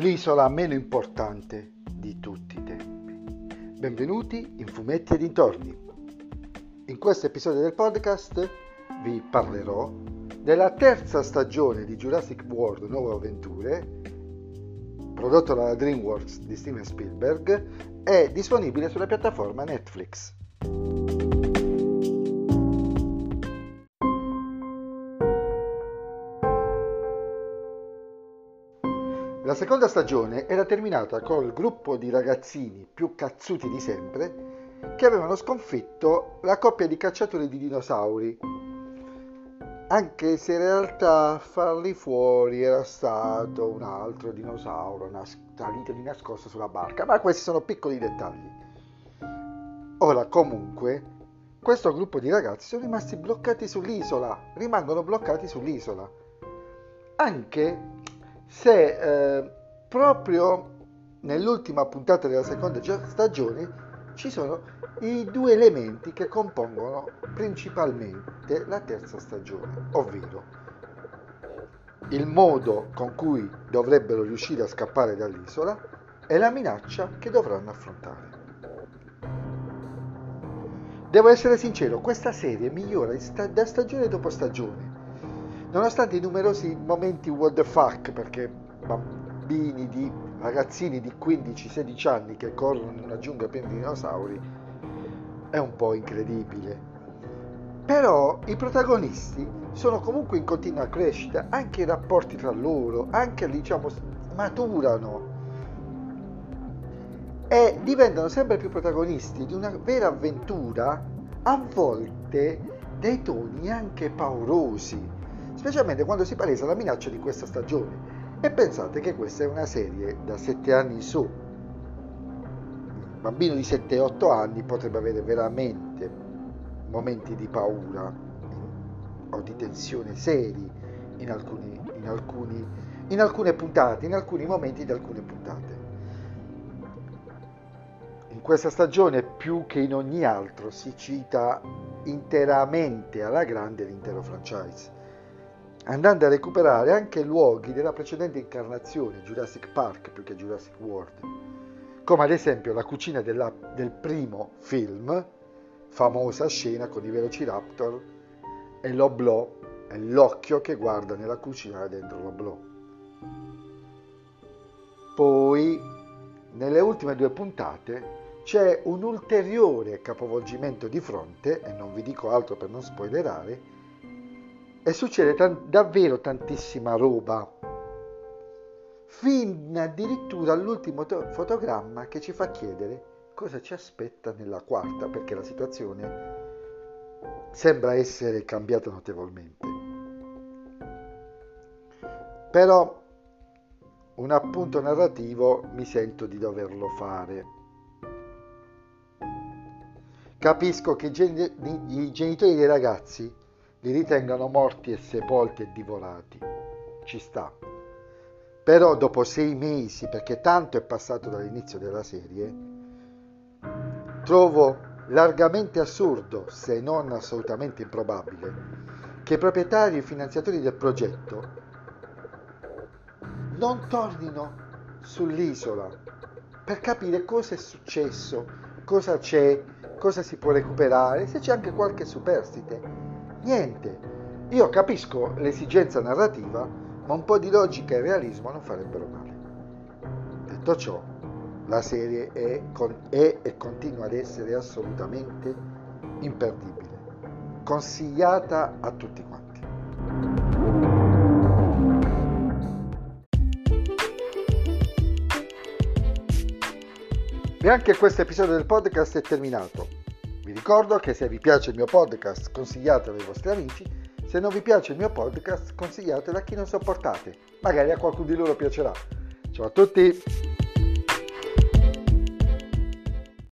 l'isola meno importante di tutti i tempi. Benvenuti in Fumetti e dintorni. In questo episodio del podcast vi parlerò della terza stagione di Jurassic World Nuove Avventure, prodotto dalla DreamWorks di Steven Spielberg e disponibile sulla piattaforma Netflix. La seconda stagione era terminata col gruppo di ragazzini più cazzuti di sempre che avevano sconfitto la coppia di cacciatori di dinosauri, anche se in realtà farli fuori era stato un altro dinosauro salito di nascosto sulla barca, ma questi sono piccoli dettagli. Ora comunque questo gruppo di ragazzi sono rimasti bloccati sull'isola, rimangono bloccati sull'isola, anche se proprio nell'ultima puntata della seconda stagione ci sono i due elementi che compongono principalmente la terza stagione, ovvero il modo con cui dovrebbero riuscire a scappare dall'isola e la minaccia che dovranno affrontare. Devo essere sincero, questa serie migliora da stagione dopo stagione. Nonostante i numerosi momenti what the fuck, perché ragazzini di 15-16 anni che corrono in una giungla piena di dinosauri è un po' incredibile. Però i protagonisti sono comunque in continua crescita, anche i rapporti tra loro, anche maturano e diventano sempre più protagonisti di una vera avventura, a volte dai toni anche paurosi, specialmente quando si palesa la minaccia di questa stagione. E pensate che questa è una serie da 7 anni in su. Un bambino di 7-8 anni potrebbe avere veramente momenti di paura o di tensione seri in alcune puntate, in alcuni momenti di alcune puntate. In questa stagione, più che in ogni altro, si cita interamente alla grande l'intero franchise, andando a recuperare anche luoghi della precedente incarnazione, Jurassic Park più che Jurassic World, come ad esempio la cucina del primo film, famosa scena con i Velociraptor e l'oblò, e l'occhio che guarda nella cucina dentro l'oblò. Poi, nelle ultime 2 puntate, c'è un ulteriore capovolgimento di fronte, e non vi dico altro per non spoilerare, e succede davvero tantissima roba, fin addirittura all'ultimo fotogramma che ci fa chiedere cosa ci aspetta nella quarta, perché la situazione sembra essere cambiata notevolmente. Però un appunto narrativo mi sento di doverlo fare. Capisco che i genitori dei ragazzi li ritengano morti e sepolti e divorati. Ci sta. Però dopo 6 mesi, perché tanto è passato dall'inizio della serie, trovo largamente assurdo, se non assolutamente improbabile, che i proprietari e finanziatori del progetto non tornino sull'isola per capire cosa è successo, cosa c'è, cosa si può recuperare, se c'è anche qualche superstite. Niente. Io capisco l'esigenza narrativa, ma un po' di logica e realismo non farebbero male. Detto ciò, la serie è e continua ad essere assolutamente imperdibile, consigliata a tutti quanti. E anche questo episodio del podcast è terminato. Vi ricordo che se vi piace il mio podcast consigliatelo ai vostri amici, se non vi piace il mio podcast consigliatelo a chi non sopportate, magari a qualcuno di loro piacerà. Ciao a tutti!